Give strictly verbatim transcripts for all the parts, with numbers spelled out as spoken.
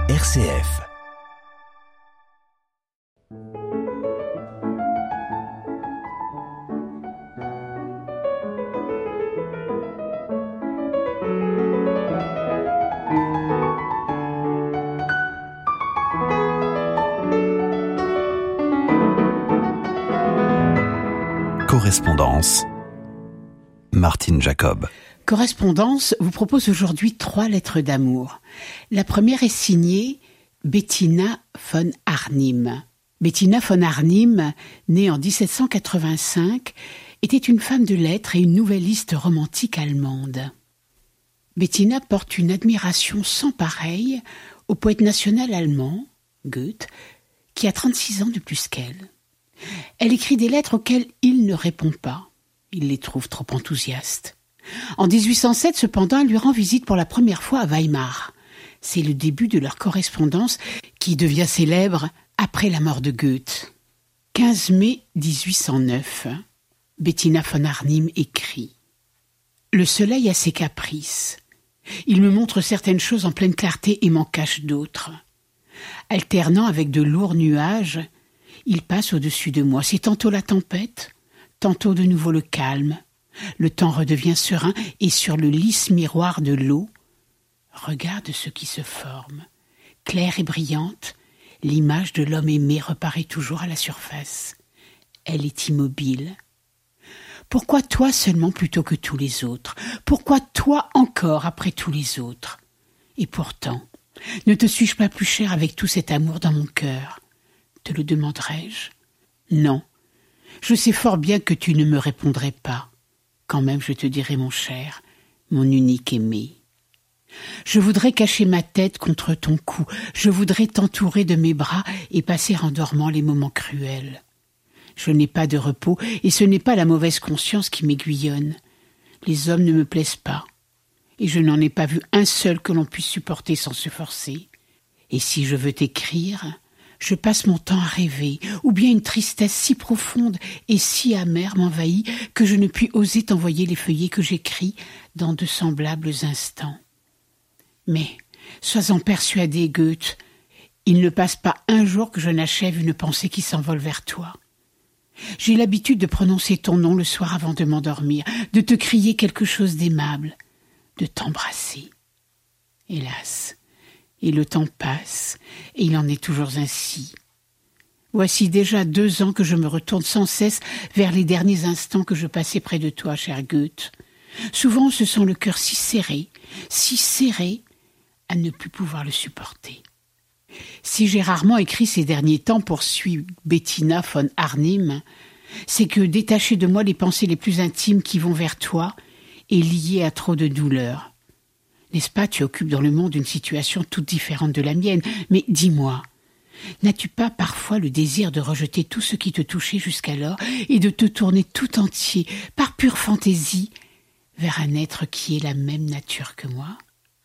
R C F. Correspondance. Martine Jacob. Correspondance vous propose aujourd'hui trois lettres d'amour. La première est signée Bettina von Arnim. Bettina von Arnim, née en dix-sept cent quatre-vingt-cinq, était une femme de lettres et une nouvelliste romantique allemande. Bettina porte une admiration sans pareille au poète national allemand, Goethe, qui a trente-six ans de plus qu'elle. Elle écrit des lettres auxquelles il ne répond pas. Il les trouve trop enthousiastes. En dix-huit cent sept, cependant, elle lui rend visite pour la première fois à Weimar. C'est le début de leur correspondance qui devient célèbre après la mort de Goethe. quinze mai dix-huit cent neuf, Bettina von Arnim écrit « Le soleil a ses caprices. Il me montre certaines choses en pleine clarté et m'en cache d'autres. Alternant avec de lourds nuages, il passe au-dessus de moi. C'est tantôt la tempête, tantôt de nouveau le calme. Le temps redevient serein et sur le lisse miroir de l'eau, regarde ce qui se forme. Claire et brillante, l'image de l'homme aimé reparaît toujours à la surface. Elle est immobile. Pourquoi toi seulement plutôt que tous les autres? Pourquoi toi encore après tous les autres? Et pourtant, ne te suis-je pas plus cher avec tout cet amour dans mon cœur? Te le demanderai-je? Non, je sais fort bien que tu ne me répondrais pas. Quand même je te dirai mon cher, mon unique aimé. Je voudrais cacher ma tête contre ton cou, je voudrais t'entourer de mes bras et passer en dormant les moments cruels. Je n'ai pas de repos et ce n'est pas la mauvaise conscience qui m'aiguillonne. Les hommes ne me plaisent pas et je n'en ai pas vu un seul que l'on puisse supporter sans se forcer. Et si je veux t'écrire, je passe mon temps à rêver, ou bien une tristesse si profonde et si amère m'envahit que je ne puis oser t'envoyer les feuillets que j'écris dans de semblables instants. Mais, sois-en persuadé, Goethe, il ne passe pas un jour que je n'achève une pensée qui s'envole vers toi. J'ai l'habitude de prononcer ton nom le soir avant de m'endormir, de te crier quelque chose d'aimable, de t'embrasser. Hélas, et le temps passe, et il en est toujours ainsi. Voici déjà deux ans que je me retourne sans cesse vers les derniers instants que je passais près de toi, cher Goethe. Souvent on se sent le cœur si serré, si serré, à ne plus pouvoir le supporter. Si j'ai rarement écrit ces derniers temps, poursuit Bettina von Arnim, c'est que détacher de moi les pensées les plus intimes qui vont vers toi est lié à trop de douleur. N'est-ce pas, tu occupes dans le monde une situation toute différente de la mienne, mais dis-moi, n'as-tu pas parfois le désir de rejeter tout ce qui te touchait jusqu'alors et de te tourner tout entier, par pure fantaisie, vers un être qui est la même nature que moi?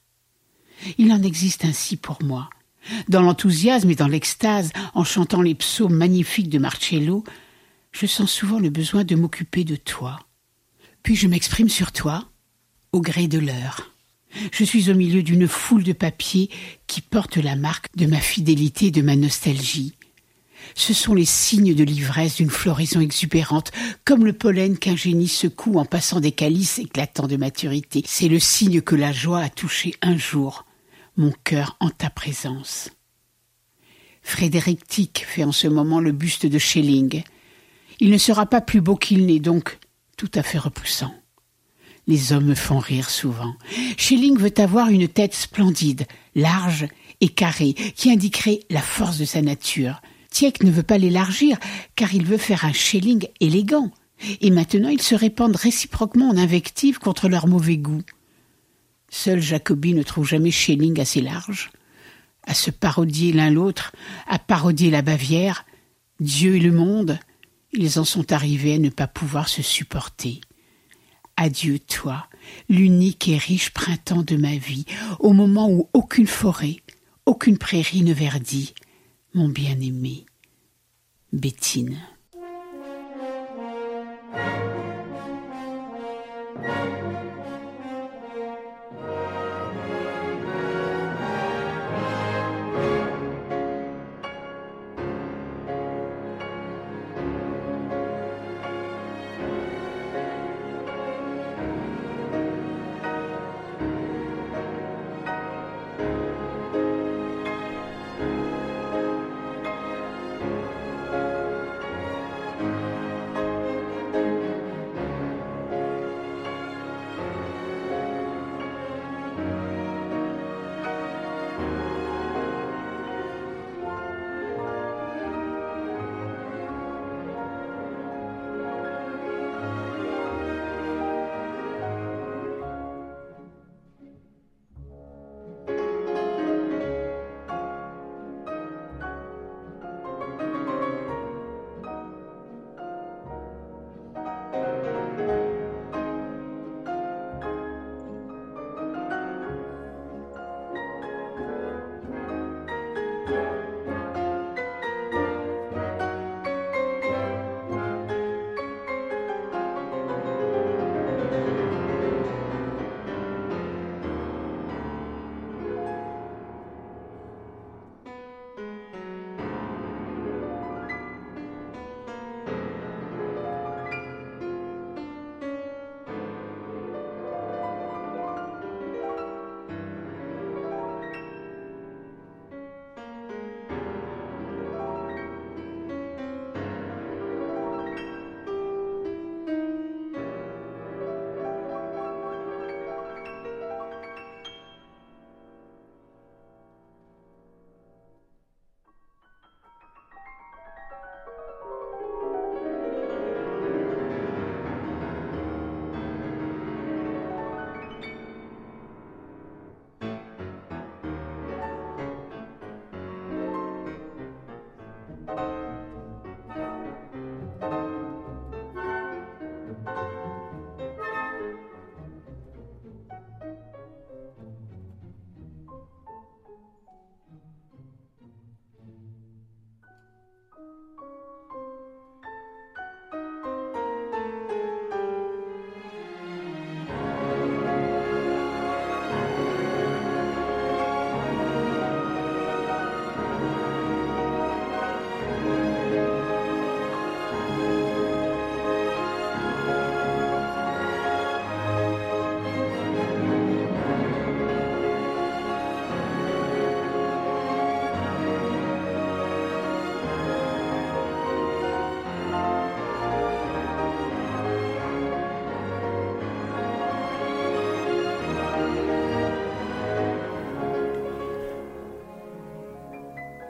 Il en existe ainsi pour moi. Dans l'enthousiasme et dans l'extase, en chantant les psaumes magnifiques de Marcello, je sens souvent le besoin de m'occuper de toi. Puis je m'exprime sur toi, au gré de l'heure. Je suis au milieu d'une foule de papiers qui portent la marque de ma fidélité et de ma nostalgie. Ce sont les signes de l'ivresse d'une floraison exubérante, comme le pollen qu'un génie secoue en passant des calices éclatants de maturité. C'est le signe que la joie a touché un jour mon cœur en ta présence. Frédéric Tieck fait en ce moment le buste de Schelling. Il ne sera pas plus beau qu'il n'est, donc tout à fait repoussant. Les hommes me font rire souvent. Schelling veut avoir une tête splendide, large et carrée, qui indiquerait la force de sa nature. Tieck ne veut pas l'élargir, car il veut faire un Schelling élégant. Et maintenant, ils se répandent réciproquement en invectives contre leur mauvais goût. Seul Jacobi ne trouve jamais Schelling assez large. À se parodier l'un l'autre, à parodier la Bavière, Dieu et le monde, ils en sont arrivés à ne pas pouvoir se supporter. Adieu toi, l'unique et riche printemps de ma vie, au moment où aucune forêt, aucune prairie ne verdit, mon bien-aimé. Bettine.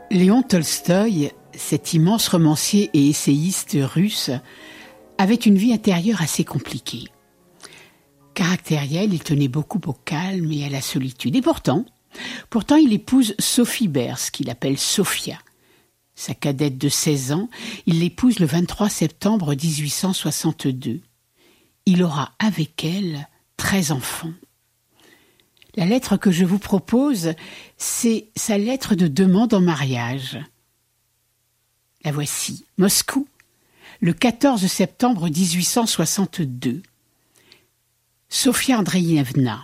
Léon Tolstoï, cet immense romancier et essayiste russe, avait une vie intérieure assez compliquée. Caractériel, il tenait beaucoup au calme et à la solitude. Et pourtant, pourtant il épouse Sophie Bers, qu'il appelle Sophia. Sa cadette de seize ans, il l'épouse le vingt-trois septembre dix-huit cent soixante-deux. Il aura avec elle treize enfants. La lettre que je vous propose, c'est sa lettre de demande en mariage. La voici. Moscou, le quatorze septembre dix-huit cent soixante-deux. Sofia Andreïevna.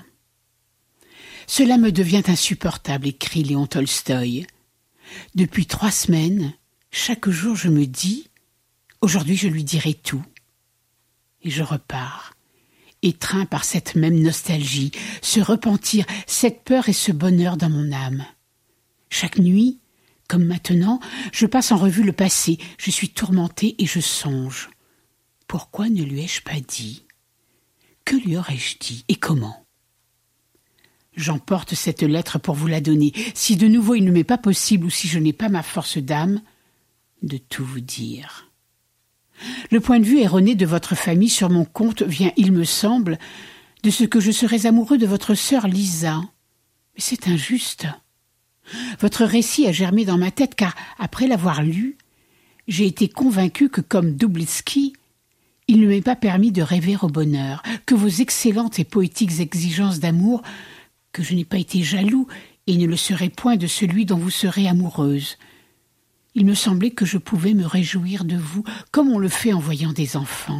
Cela me devient insupportable, écrit Léon Tolstoï. Depuis trois semaines, chaque jour je me dis « Aujourd'hui je lui dirai tout ». Et je repars, étreint par cette même nostalgie, ce repentir, cette peur et ce bonheur dans mon âme. Chaque nuit, comme maintenant, je passe en revue le passé, je suis tourmentée et je songe. Pourquoi ne lui ai-je pas dit ? Que lui aurais-je dit et comment ? J'emporte cette lettre pour vous la donner, si de nouveau il ne m'est pas possible ou si je n'ai pas ma force d'âme, de tout vous dire. Le point de vue erroné de votre famille sur mon compte vient, il me semble, de ce que je serais amoureux de votre sœur Lisa. Mais c'est injuste. Votre récit a germé dans ma tête car, après l'avoir lu, j'ai été convaincu que, comme Doublitsky, il ne m'est pas permis de rêver au bonheur, que vos excellentes et poétiques exigences d'amour, que je n'ai pas été jaloux et ne le serai point de celui dont vous serez amoureuse. Il me semblait que je pouvais me réjouir de vous, comme on le fait en voyant des enfants.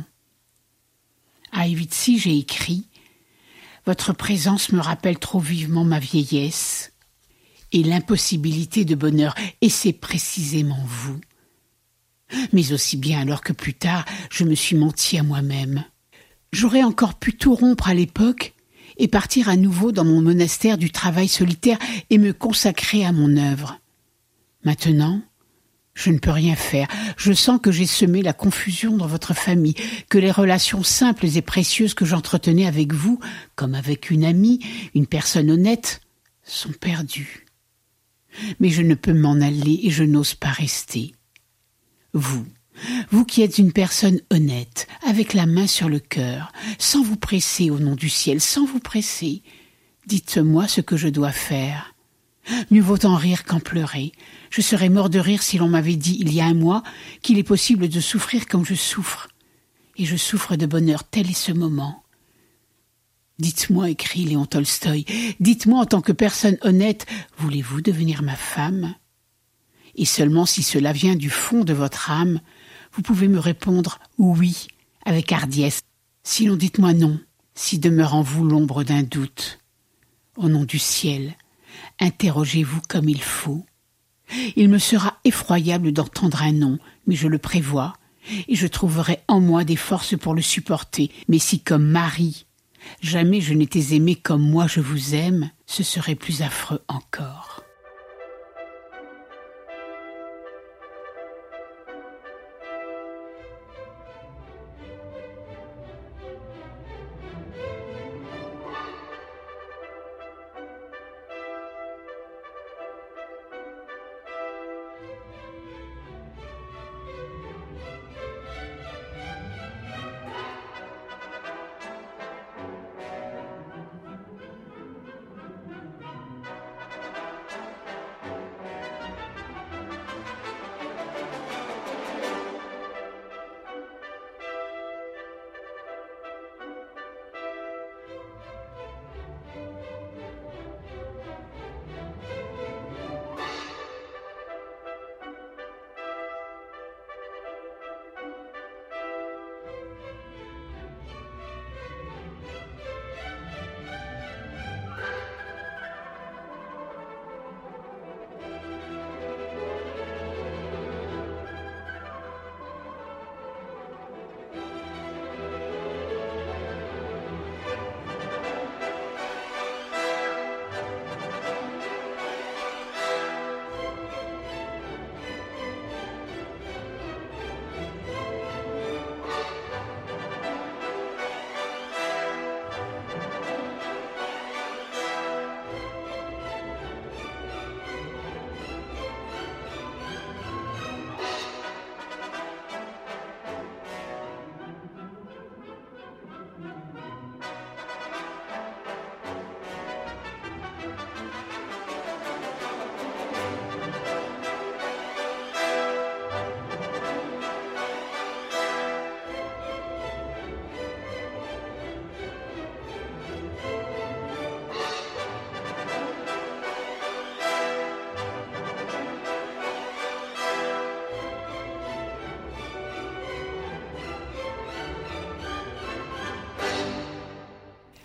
À Evitsi, j'ai écrit « Votre présence me rappelle trop vivement ma vieillesse et l'impossibilité de bonheur, et c'est précisément vous. Mais aussi bien alors que plus tard, je me suis menti à moi-même. J'aurais encore pu tout rompre à l'époque et partir à nouveau dans mon monastère du travail solitaire et me consacrer à mon œuvre. Maintenant, je ne peux rien faire. Je sens que j'ai semé la confusion dans votre famille, que les relations simples et précieuses que j'entretenais avec vous, comme avec une amie, une personne honnête, sont perdues. Mais je ne peux m'en aller et je n'ose pas rester. Vous, vous qui êtes une personne honnête, avec la main sur le cœur, sans vous presser au nom du ciel, sans vous presser, dites-moi ce que je dois faire. Mieux vaut en rire qu'en pleurer. Je serais mort de rire si l'on m'avait dit il y a un mois qu'il est possible de souffrir comme je souffre. Et je souffre de bonheur, tel est ce moment. Dites-moi, écrit Léon Tolstoï, dites-moi en tant que personne honnête, voulez-vous devenir ma femme ? Et seulement si cela vient du fond de votre âme, vous pouvez me répondre oui, avec hardiesse. Sinon dites-moi non, si demeure en vous l'ombre d'un doute. Au nom du ciel, interrogez-vous comme il faut. Il me sera effroyable d'entendre un non, mais je le prévois, et je trouverai en moi des forces pour le supporter. Mais si, comme Marie, jamais je n'étais aimé comme moi je vous aime, ce serait plus affreux encore.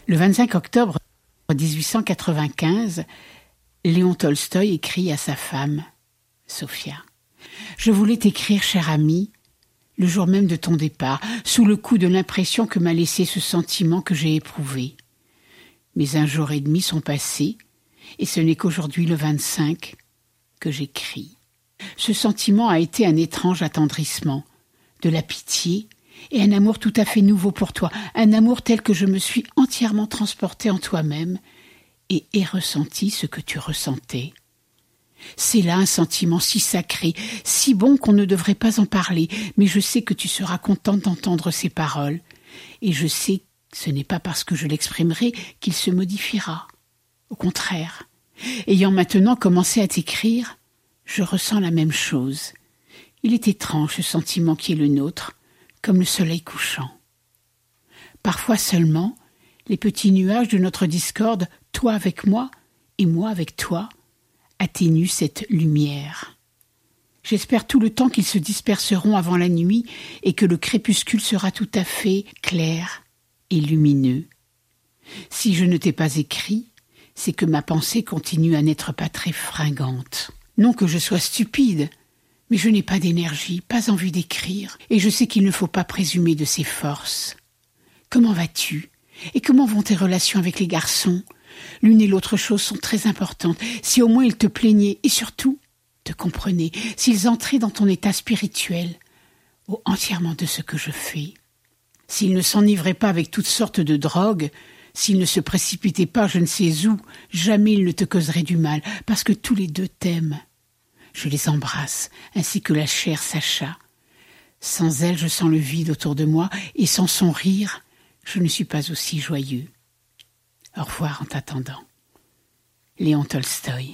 Le vingt-cinq octobre dix-huit cent quatre-vingt-quinze, Léon Tolstoï écrit à sa femme, Sophia. « Je voulais t'écrire, cher ami, le jour même de ton départ, sous le coup de l'impression que m'a laissé ce sentiment que j'ai éprouvé. Mais un jour et demi sont passés, et ce n'est qu'aujourd'hui, le vingt-cinq, que j'écris. Ce sentiment a été un étrange attendrissement, de la pitié et un amour tout à fait nouveau pour toi, un amour tel que je me suis entièrement transportée en toi-même et ai ressenti ce que tu ressentais. C'est là un sentiment si sacré, si bon qu'on ne devrait pas en parler, mais je sais que tu seras contente d'entendre ces paroles, et je sais que ce n'est pas parce que je l'exprimerai qu'il se modifiera. Au contraire, ayant maintenant commencé à t'écrire, je ressens la même chose. Il est étrange ce sentiment qui est le nôtre, comme le soleil couchant. Parfois seulement, les petits nuages de notre discorde, toi avec moi et moi avec toi, atténuent cette lumière. J'espère tout le temps qu'ils se disperseront avant la nuit et que le crépuscule sera tout à fait clair et lumineux. Si je ne t'ai pas écrit, c'est que ma pensée continue à n'être pas très fringante. Non que je sois stupide, mais je n'ai pas d'énergie, pas envie d'écrire, et je sais qu'il ne faut pas présumer de ses forces. Comment vas-tu? Et comment vont tes relations avec les garçons? L'une et l'autre chose sont très importantes. Si au moins ils te plaignaient, et surtout, te comprenaient, s'ils entraient dans ton état spirituel, ou entièrement de ce que je fais. S'ils ne s'enivraient pas avec toutes sortes de drogues, s'ils ne se précipitaient pas je ne sais où, jamais ils ne te causeraient du mal, parce que tous les deux t'aiment. Je les embrasse, ainsi que la chère Sacha. Sans elle, je sens le vide autour de moi, et sans son rire, je ne suis pas aussi joyeux. Au revoir en t'attendant. Léon Tolstoï.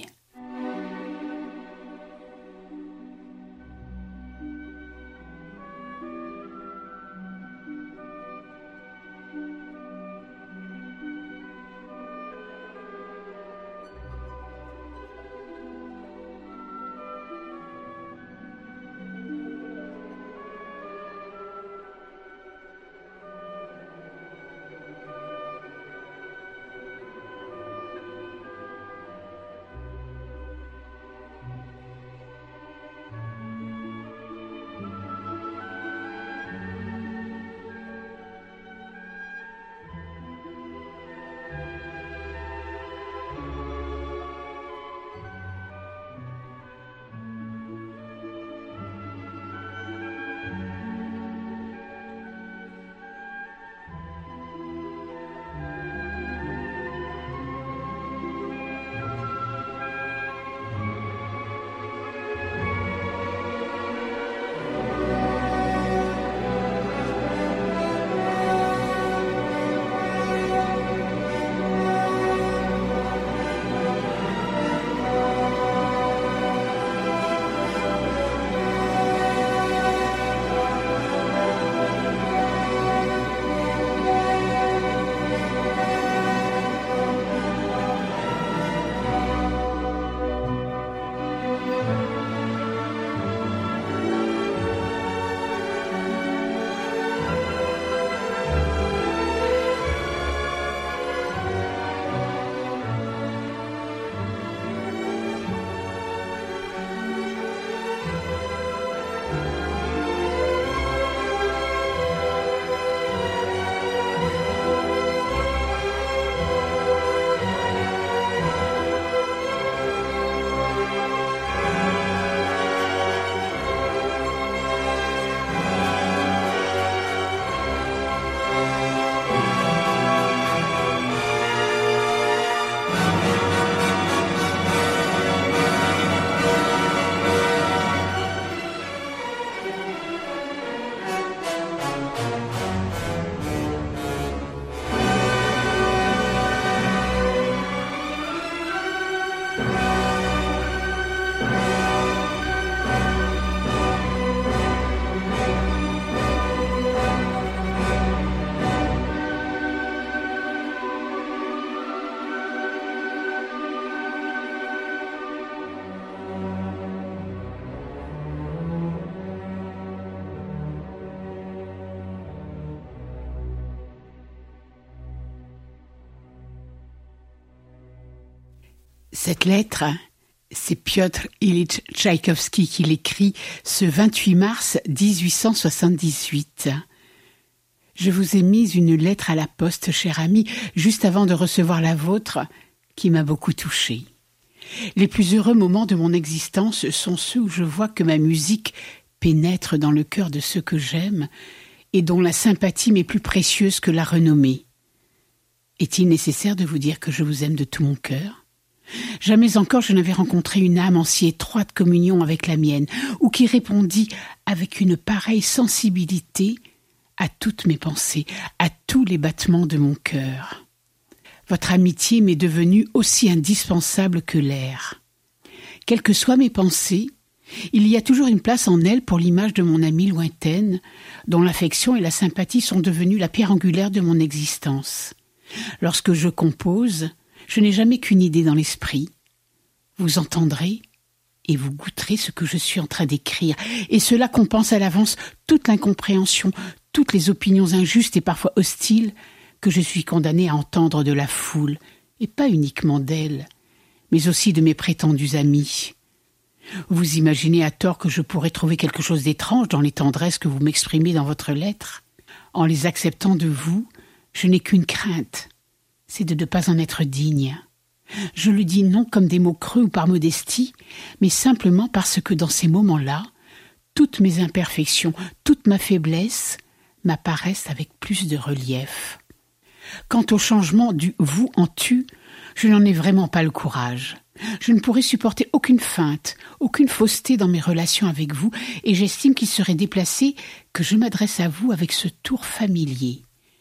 Cette lettre, c'est Piotr Ilyich Tchaïkovski qui l'écrit ce vingt-huit mars dix-huit cent soixante-dix-huit. Je vous ai mis une lettre à la poste, cher ami, juste avant de recevoir la vôtre, qui m'a beaucoup touchée. Les plus heureux moments de mon existence sont ceux où je vois que ma musique pénètre dans le cœur de ceux que j'aime et dont la sympathie m'est plus précieuse que la renommée. Est-il nécessaire de vous dire que je vous aime de tout mon cœur ? Jamais encore je n'avais rencontré une âme en si étroite communion avec la mienne, ou qui répondit avec une pareille sensibilité à toutes mes pensées, à tous les battements de mon cœur. Votre amitié m'est devenue aussi indispensable que l'air. Quelles que soient mes pensées, il y a toujours une place en elle pour l'image de mon amie lointaine, dont l'affection et la sympathie sont devenues la pierre angulaire de mon existence. Lorsque je compose, je n'ai jamais qu'une idée dans l'esprit. Vous entendrez et vous goûterez ce que je suis en train d'écrire, et cela compense à l'avance toute l'incompréhension, toutes les opinions injustes et parfois hostiles que je suis condamnée à entendre de la foule, et pas uniquement d'elle, mais aussi de mes prétendus amis. Vous imaginez à tort que je pourrais trouver quelque chose d'étrange dans les tendresses que vous m'exprimez dans votre lettre. En les acceptant de vous, je n'ai qu'une crainte, c'est de ne pas en être digne. Je le dis non comme des mots creux ou par modestie, mais simplement parce que dans ces moments-là, toutes mes imperfections, toute ma faiblesse m'apparaissent avec plus de relief. Quant au changement du « vous » en « tu », je n'en ai vraiment pas le courage. Je ne pourrais supporter aucune feinte, aucune fausseté dans mes relations avec vous, et j'estime qu'il serait déplacé que je m'adresse à vous avec ce tour familier.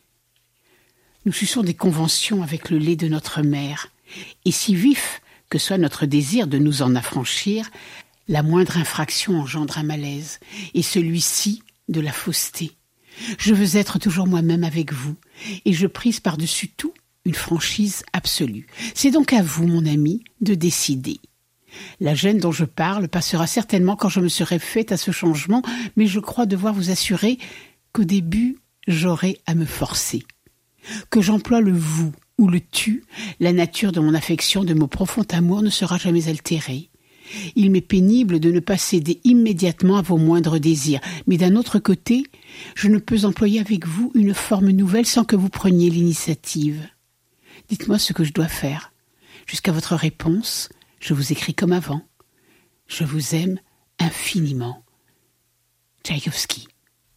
Nous suçons des conventions avec le lait de notre mère, et si vif que soit notre désir de nous en affranchir, la moindre infraction engendre un malaise, et celui-ci de la fausseté. Je veux être toujours moi-même avec vous, et je prise par-dessus tout une franchise absolue. C'est donc à vous, mon ami, de décider. La gêne dont je parle passera certainement quand je me serai faite à ce changement, mais je crois devoir vous assurer qu'au début, j'aurai à me forcer. Que j'emploie le « vous » ou le « tu », la nature de mon affection, de mon profond amour ne sera jamais altérée. Il m'est pénible de ne pas céder immédiatement à vos moindres désirs, mais d'un autre côté, je ne peux employer avec vous une forme nouvelle sans que vous preniez l'initiative. Dites-moi ce que je dois faire. Jusqu'à votre réponse, je vous écris comme avant. Je vous aime infiniment. Tchaïkovski.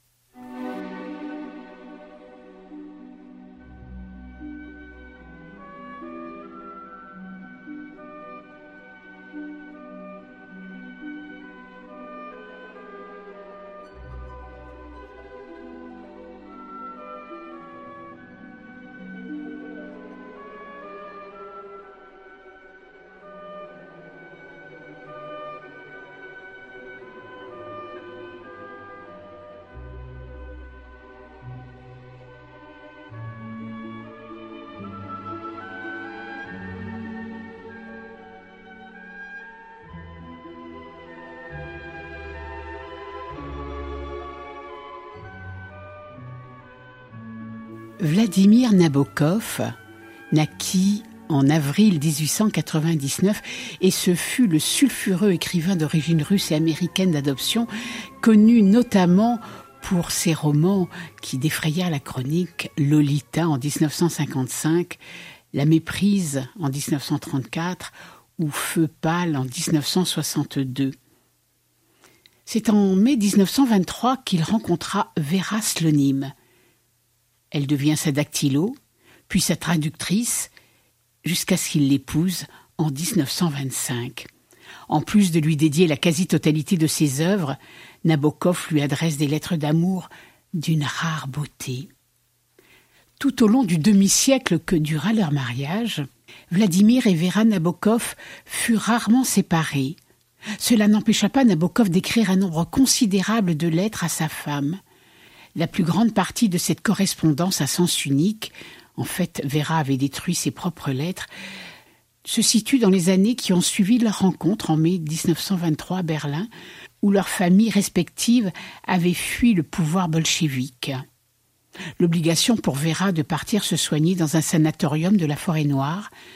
Vladimir Nabokov naquit en avril dix-huit cent quatre-vingt-dix-neuf et ce fut le sulfureux écrivain d'origine russe et américaine d'adoption, connu notamment pour ses romans qui défrayèrent la chronique, Lolita en dix-neuf cent cinquante-cinq, La méprise en dix-neuf cent trente-quatre ou Feu pâle en dix-neuf cent soixante-deux. C'est en mai dix-neuf cent vingt-trois qu'il rencontra Vera Slonim. Elle devient sa dactylo, puis sa traductrice, jusqu'à ce qu'il l'épouse en dix-neuf cent vingt-cinq. En plus de lui dédier la quasi-totalité de ses œuvres, Nabokov lui adresse des lettres d'amour d'une rare beauté. Tout au long du demi-siècle que dura leur mariage, Vladimir et Vera Nabokov furent rarement séparés. Cela n'empêcha pas Nabokov d'écrire un nombre considérable de lettres à sa femme. La plus grande partie de cette correspondance à sens unique, en fait Vera avait détruit ses propres lettres, se situe dans les années qui ont suivi leur rencontre en mai dix-neuf cent vingt-trois à Berlin, où leurs familles respectives avaient fui le pouvoir bolchevique. L'obligation pour Vera de partir se soigner dans un sanatorium de la Forêt-Noire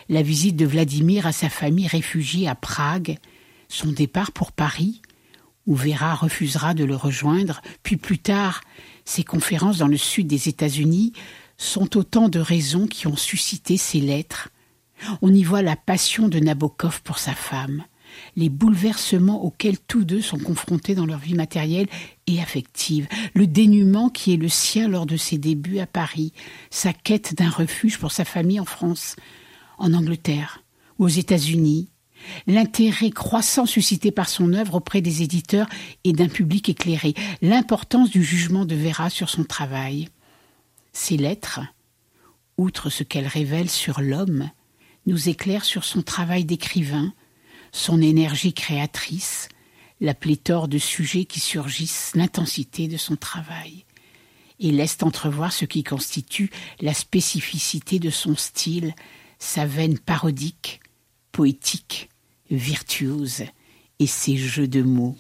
la visite de Vladimir à sa famille réfugiée à Prague, son départ pour Paris, où Vera refusera de le rejoindre, puis plus tard, ses conférences dans le sud des États-Unis, sont autant de raisons qui ont suscité ces lettres. On y voit la passion de Nabokov pour sa femme, les bouleversements auxquels tous deux sont confrontés dans leur vie matérielle et affective, le dénuement qui est le sien lors de ses débuts à Paris, sa quête d'un refuge pour sa famille en France, en Angleterre ou aux États-Unis, l'intérêt croissant suscité par son œuvre auprès des éditeurs et d'un public éclairé, l'importance du jugement de Vera sur son travail. Ces lettres, outre ce qu'elles révèlent sur l'homme, nous éclairent sur son travail d'écrivain, son énergie créatrice, la pléthore de sujets qui surgissent, l'intensité de son travail, et laissent entrevoir ce qui constitue la spécificité de son style, sa veine parodique, poétique, virtuose, et ses jeux de mots.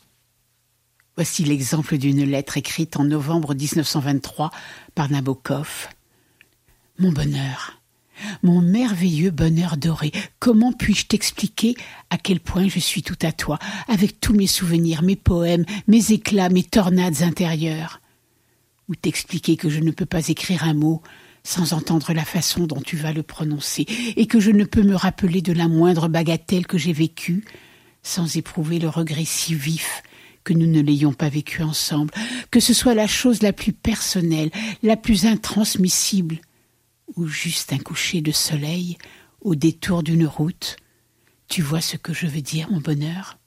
Voici l'exemple d'une lettre écrite en novembre dix-neuf cent vingt-trois par Nabokov. « Mon bonheur, mon merveilleux bonheur doré, comment puis-je t'expliquer à quel point je suis tout à toi, avec tous mes souvenirs, mes poèmes, mes éclats, mes tornades intérieures? Ou t'expliquer que je ne peux pas écrire un mot sans entendre la façon dont tu vas le prononcer, et que je ne peux me rappeler de la moindre bagatelle que j'ai vécue, sans éprouver le regret si vif que nous ne l'ayons pas vécu ensemble, que ce soit la chose la plus personnelle, la plus intransmissible, ou juste un coucher de soleil au détour d'une route. Tu vois ce que je veux dire, mon bonheur?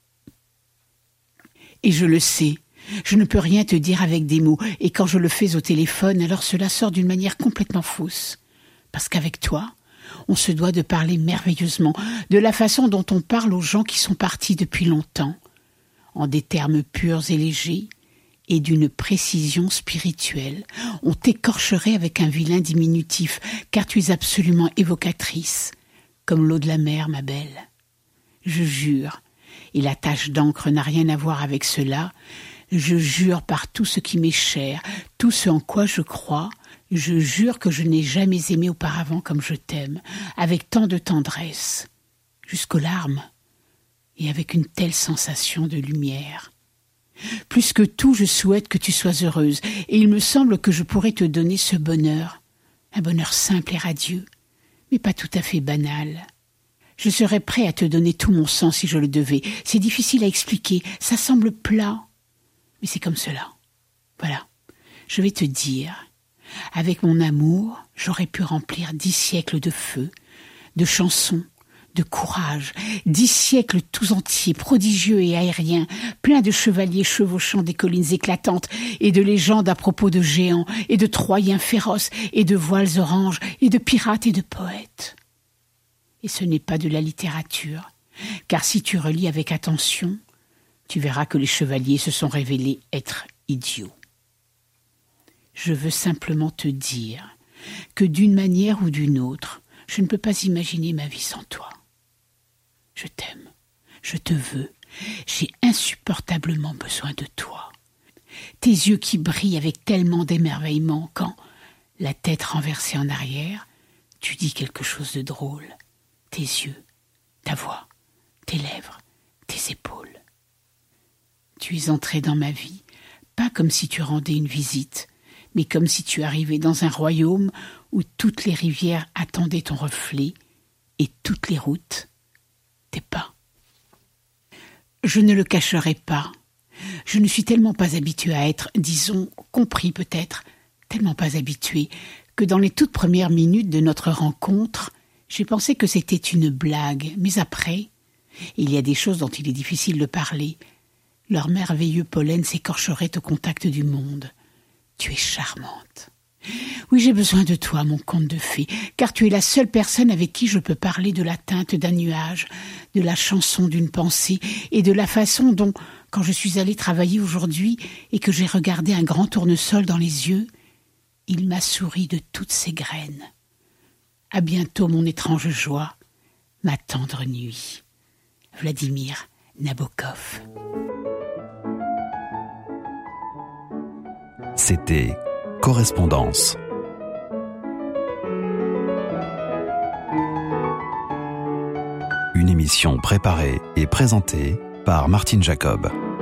Et je le sais, je ne peux rien te dire avec des mots, et quand je le fais au téléphone, alors cela sort d'une manière complètement fausse. Parce qu'avec toi, on se doit de parler merveilleusement, de la façon dont on parle aux gens qui sont partis depuis longtemps, en des termes purs et légers, et d'une précision spirituelle. On t'écorcherait avec un vilain diminutif, car tu es absolument évocatrice, comme l'eau de la mer, ma belle. Je jure, et la tache d'encre n'a rien à voir avec cela, je jure par tout ce qui m'est cher, tout ce en quoi je crois, je jure que je n'ai jamais aimé auparavant comme je t'aime, avec tant de tendresse, jusqu'aux larmes, et avec une telle sensation de lumière. Plus que tout, je souhaite que tu sois heureuse, et il me semble que je pourrais te donner ce bonheur, un bonheur simple et radieux, mais pas tout à fait banal. Je serais prêt à te donner tout mon sang si je le devais. C'est difficile à expliquer, ça semble plat, mais c'est comme cela. Voilà, je vais te dire, avec mon amour, j'aurais pu remplir dix siècles de feu, de chansons, de courage, dix siècles tous entiers, prodigieux et aériens, pleins de chevaliers chevauchant des collines éclatantes et de légendes à propos de géants et de Troyens féroces et de voiles oranges et de pirates et de poètes. Et ce n'est pas de la littérature, car si tu relis avec attention, tu verras que les chevaliers se sont révélés être idiots. Je veux simplement te dire que d'une manière ou d'une autre, je ne peux pas imaginer ma vie sans toi. Je t'aime, je te veux, j'ai insupportablement besoin de toi. Tes yeux qui brillent avec tellement d'émerveillement quand, la tête renversée en arrière, tu dis quelque chose de drôle. Tes yeux, ta voix, tes lèvres, tes épaules. Tu es entré dans ma vie, pas comme si tu rendais une visite, mais comme si tu arrivais dans un royaume où toutes les rivières attendaient ton reflet et toutes les routes tes pas. Je ne le cacherai pas. Je ne suis tellement pas habituée à être, disons, compris peut-être, tellement pas habituée, que dans les toutes premières minutes de notre rencontre, j'ai pensé que c'était une blague, mais après, il y a des choses dont il est difficile de parler. Leur merveilleux pollen s'écorcherait au contact du monde. Tu es charmante. Oui, j'ai besoin de toi, mon conte de fées, car tu es la seule personne avec qui je peux parler de la teinte d'un nuage, de la chanson d'une pensée et de la façon dont, quand je suis allée travailler aujourd'hui et que j'ai regardé un grand tournesol dans les yeux, il m'a souri de toutes ses graines. À bientôt, mon étrange joie, ma tendre nuit. Vladimir Nabokov. C'était Correspondance. émission préparée et présentée par Martine Jacob.